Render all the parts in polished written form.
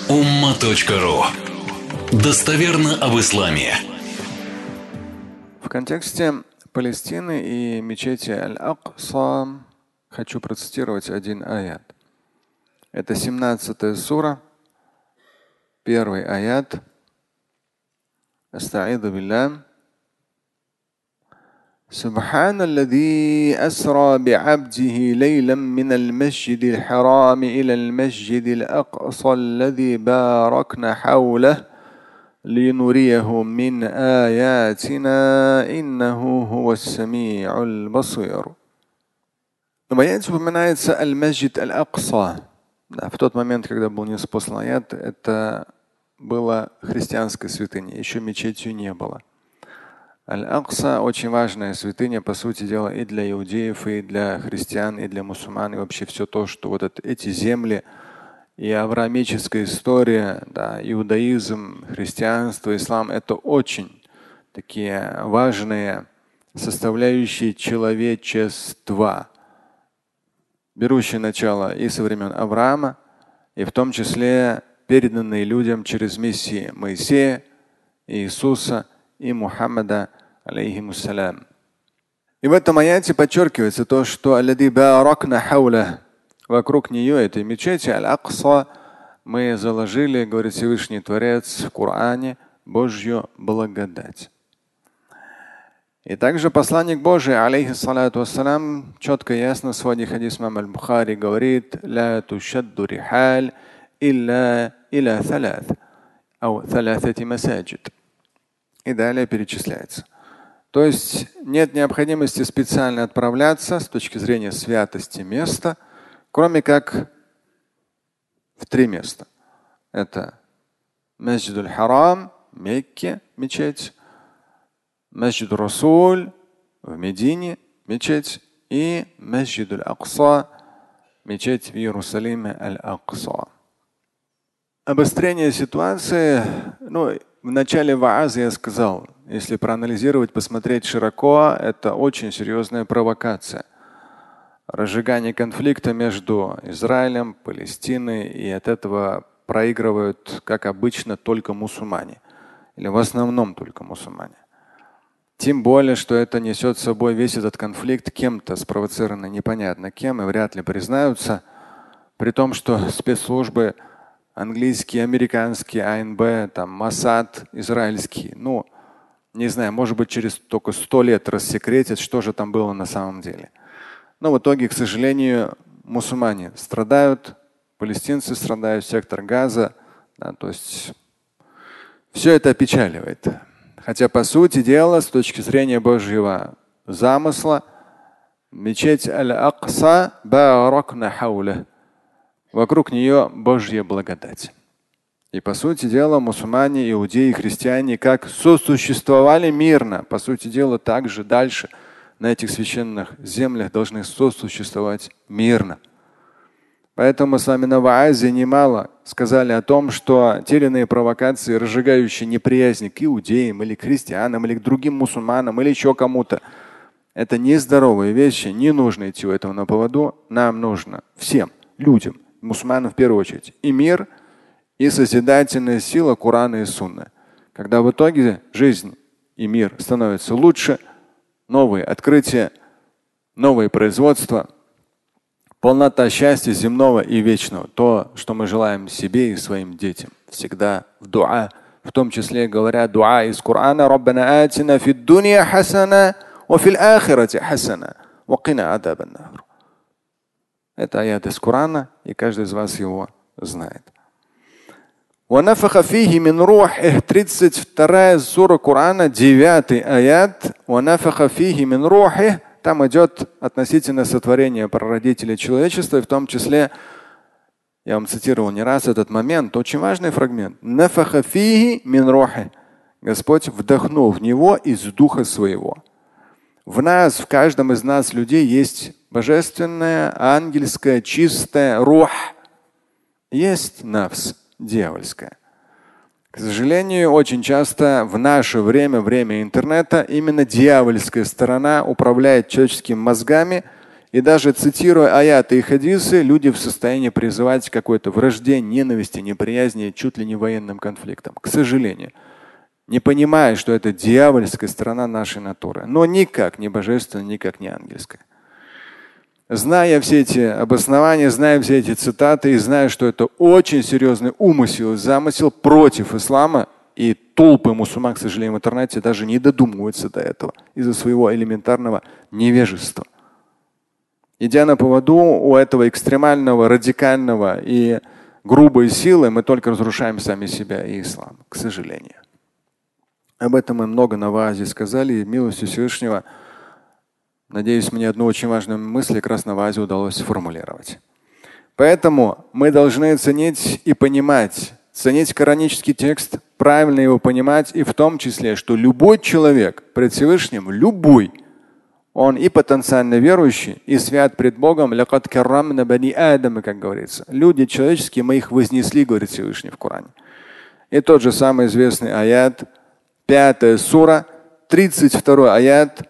umma.ru. Достоверно об исламе. В контексте Палестины и мечети Аль-Акса хочу процитировать один аят. Это 17 сура, первый аят. Астаиду билля. سبحان الذي أسرى بعبده ليلا من المسجد الحرام إلى المسجد الأقصى الذي باركنا حوله لنريه من آياتنا إنه هو السميع البصير. В аяте упоминается Аль-Масджид Аль-Акса. В тот момент, когда был ниспослан аят, это была христианская святыня, еще мечетью не было. Аль-Акса очень важная святыня, по сути дела, и для иудеев, и для христиан, и для мусульман, и вообще все то, что вот эти земли, и авраамическая история, да, иудаизм, христианство, ислам — это очень такие важные составляющие человечества, берущие начало и со времен Авраама, и в том числе переданные людям через миссии Моисея, Иисуса и Мухаммада, алейхимуссалям. И в этом аяте подчеркивается то, что аллади баракна хауля, вокруг нее, этой мечети Аль-Акса, мы заложили, говорит Всевышний Творец в Коране, Божью благодать. И также посланник Божий, алейхиссалату вассалям, четко и ясно в своде хадис имам Аль-Бухари говорит: «Ла тушадду рихаль илля иля thalath, ау thalathati масаджид». И далее перечисляется. То есть нет необходимости специально отправляться с точки зрения святости места, кроме как в 3 места. Это Масджид Аль-Харам, Мекке, мечеть, Масджид Расуль в Медине, мечеть, и Масджид Аль-Акса, мечеть в Иерусалиме Аль-Акса. Обострение ситуации, в начале вааза я сказал, если проанализировать, посмотреть широко, это очень серьезная провокация. Разжигание конфликта между Израилем, Палестиной, и от этого проигрывают, как обычно, только мусульмане. Или в основном только мусульмане. Тем более, что это несет с собой весь этот конфликт кем-то спровоцированный непонятно кем, и вряд ли признаются, при том, что спецслужбы английские, американские, АНБ, Моссад, израильский, не знаю, может быть, через только 100 лет рассекретят, что же там было на самом деле. Но в итоге, к сожалению, мусульмане страдают, палестинцы страдают, сектор Газа. То есть все это опечаливает. Хотя, по сути дела, с точки зрения Божьего замысла, мечеть Аль-Акса баракна хауля. Вокруг нее Божья благодать. И по сути дела мусульмане, иудеи, христиане как сосуществовали мирно, по сути дела также дальше на этих священных землях должны сосуществовать мирно. Поэтому мы с вами на ваазе немало сказали о том, что те или иные провокации, разжигающие неприязнь к иудеям или к христианам, или к другим мусульманам, или еще кому-то, это нездоровые вещи, не нужно идти у этого на поводу. Нам нужно всем людям, мусульманам в первую очередь, и мир, и созидательная сила Корана и Сунны. Когда в итоге жизнь и мир становятся лучше, новые открытия, новые производства, полнота счастья земного и вечного. То, что мы желаем себе и своим детям. Всегда в дуа, в том числе говоря дуа из Корана: «Раббана атина фид дунья хасана, ва фил ахирати хасана, ва кина адабан нар». Это аят из Корана, и каждый из вас его знает. وَنَفَخَ فِيهِ مِنْ رُوحِهِ, 32 сура Корана, 9 аят. وَنَفَخَ فِيهِ مِنْ رُوحِهِ. Там идет относительно сотворения прародителей человечества, и в том числе, я вам цитировал не раз этот момент, очень важный фрагмент. نَفَخَ فِيهِ مِنْ رُوحِهِ. Господь вдохнул в него из духа своего. В нас, в каждом из нас людей есть божественная, ангельская, чистая рух. Есть нафс, дьявольская. К сожалению, очень часто в наше время, время интернета, именно дьявольская сторона управляет человеческими мозгами И даже цитируя аяты и хадисы, люди в состоянии призывать к какой-то вражде, ненависти, неприязни, чуть ли не военным конфликтам. К сожалению. Не понимая, что это дьявольская сторона нашей натуры. Но никак не божественная, никак не ангельская. Зная все эти обоснования, зная все эти цитаты и зная, что это очень серьезный умысел и замысел против ислама, и толпы мусульман, к сожалению, в интернете даже не додумываются до этого из-за своего элементарного невежества. Идя на поводу у этого экстремального, радикального и грубой силы, мы только разрушаем сами себя и ислам, к сожалению. Об этом мы много на ваазе сказали, и милостью Всевышнего, надеюсь, мне одну очень важную мысль как раз на ваазе удалось сформулировать. Поэтому мы должны ценить и понимать, ценить коранический текст, правильно его понимать, и в том числе, что любой человек пред Всевышним, любой, он и потенциально верующий, и свят пред Богом, как говорится. Люди человеческие, мы их вознесли, говорит Всевышний в Коране. И тот же самый известный аят, 5 сура, 32 аят.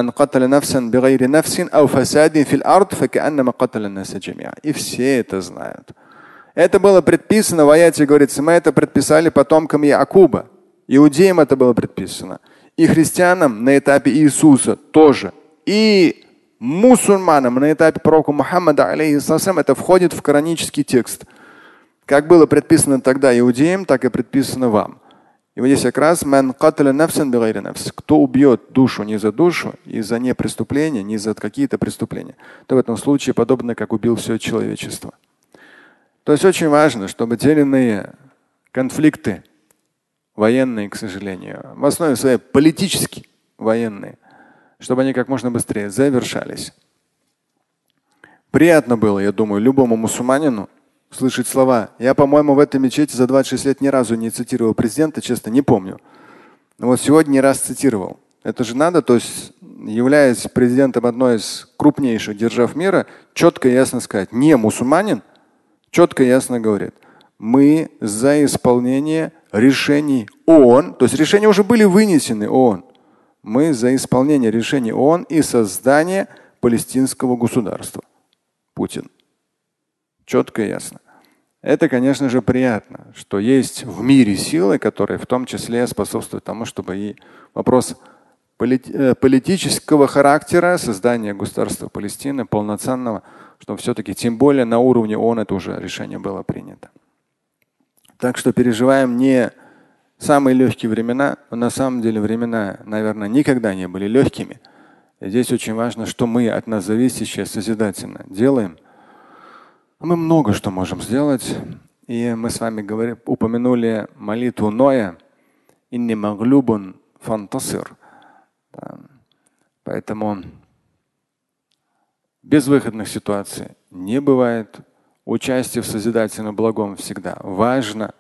И все это знают. Это было предписано в аяте, говорится, мы это предписали потомкам Якуба. Иудеям это было предписано. И христианам на этапе Иисуса тоже. И мусульманам на этапе пророка Мухаммада, алейхиссалям, это входит в коранический текст. Как было предписано тогда иудеям, так и предписано вам. И вот здесь как раз кто убьет душу не за душу, из-за непреступления, не за какие-то преступления, то в этом случае подобно как убил все человечество. То есть очень важно, чтобы те или иные конфликты военные, к сожалению, в основе своей политические военные, чтобы они как можно быстрее завершались. Приятно было, я думаю, любому мусульманину слышать слова. Я, по-моему, в этой мечети за 26 лет ни разу не цитировал президента, честно, не помню. Но вот сегодня не раз цитировал. Это же надо, то есть, являясь президентом одной из крупнейших держав мира, четко и ясно сказать, не мусульманин, четко и ясно говорит, мы за исполнение решений ООН, то есть решения уже были вынесены ООН, мы за исполнение решений ООН и создание палестинского государства. Путин. Четко и ясно. Это, конечно же, приятно, что есть в мире силы, которые в том числе способствуют тому, чтобы и вопрос политического характера, создания государства Палестины полноценного, что все-таки тем более на уровне ООН это уже решение было принято. Так что переживаем не самые легкие времена, но на самом деле времена, наверное, никогда не были легкими. И здесь очень важно, что мы от нас зависящее созидательно делаем. Мы много что можем сделать. И мы с вами упомянули молитву Ноя. «Инни маглюбун фантасир». Поэтому безвыходных ситуаций не бывает. Участие в созидательном благом всегда важно.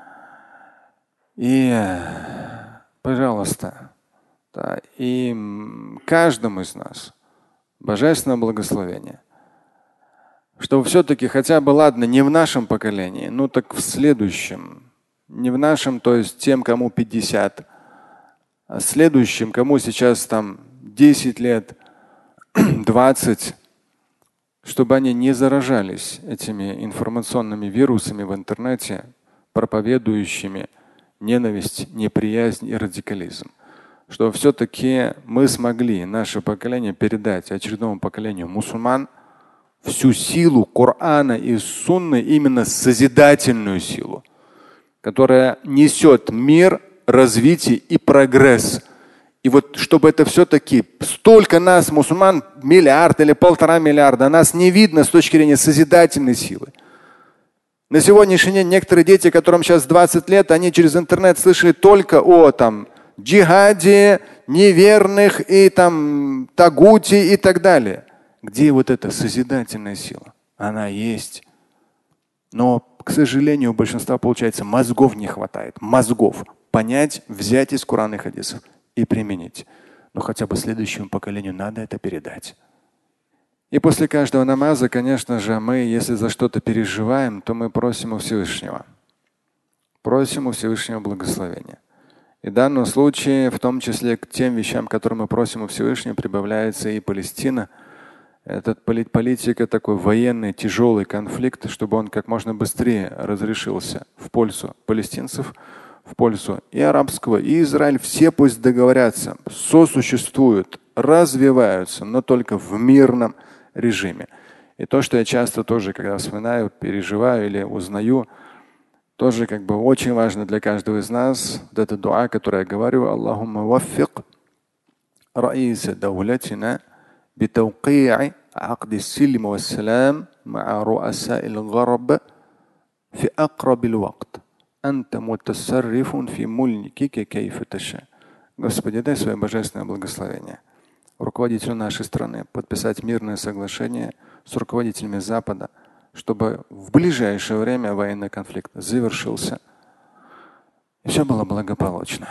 И, пожалуйста, и каждому из нас божественное благословение. Чтобы все-таки хотя бы, ладно, не в нашем поколении, ну так в следующем. Не в нашем, то есть тем, кому 50, а следующим, кому сейчас там 10 лет, 20, чтобы они не заражались этими информационными вирусами в интернете, проповедующими ненависть, неприязнь и радикализм. Чтобы все-таки мы смогли, наше поколение, передать очередному поколению мусульман всю силу Корана и Сунны, именно созидательную силу, которая несет мир, развитие и прогресс. И вот чтобы это все-таки столько нас, мусульман, миллиард или 1,5 миллиарда, нас не видно с точки зрения созидательной силы. На сегодняшний день некоторые дети, которым сейчас 20 лет, они через интернет слышали только о джихаде, неверных и тагуте и так далее. Где вот эта созидательная сила? Она есть. Но, к сожалению, у большинства, получается, мозгов не хватает. Мозгов. Понять, взять из Корана и хадисов и применить. Но хотя бы следующему поколению надо это передать. И после каждого намаза, конечно же, мы, если за что-то переживаем, то мы просим у Всевышнего. Просим у Всевышнего благословения. И в данном случае, в том числе к тем вещам, которые мы просим у Всевышнего, прибавляется и Палестина. Этот политика такой военный, тяжелый конфликт, чтобы он как можно быстрее разрешился в пользу палестинцев, в пользу и арабского, и Израиль. Все пусть договорятся, сосуществуют, развиваются, но только в мирном режиме. И то, что я часто тоже, когда вспоминаю, переживаю или узнаю, тоже как бы очень важно для каждого из нас, вот это дуа, которое я говорю, Аллахумма ваффик раиса даулятина بتوقيع عقد السلم والسلام مع رؤساء الغرب في أقرب الوقت أنت متصرف في ملكك كيف تشاء. Господи, дай свое божественное благословение руководителю нашей страны подписать мирное соглашение с руководителями Запада, чтобы в ближайшее время военный конфликт завершился и все было благополучно.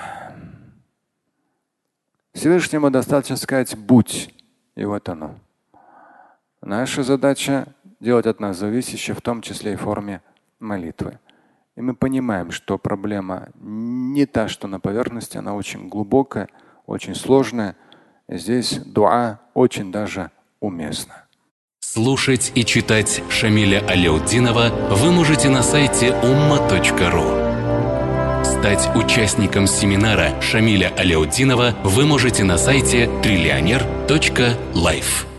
Всевышнему достаточно сказать «будь». И вот оно. Наша задача делать от нас зависящее, в том числе и в форме молитвы. И мы понимаем, что проблема не та, что на поверхности, она очень глубокая, очень сложная. И здесь дуа очень даже уместна. Слушать и читать Шамиля Аляутдинова вы можете на сайте umma.ru. Стать участником семинара Шамиля Аляутдинова вы можете на сайте trillioner.life.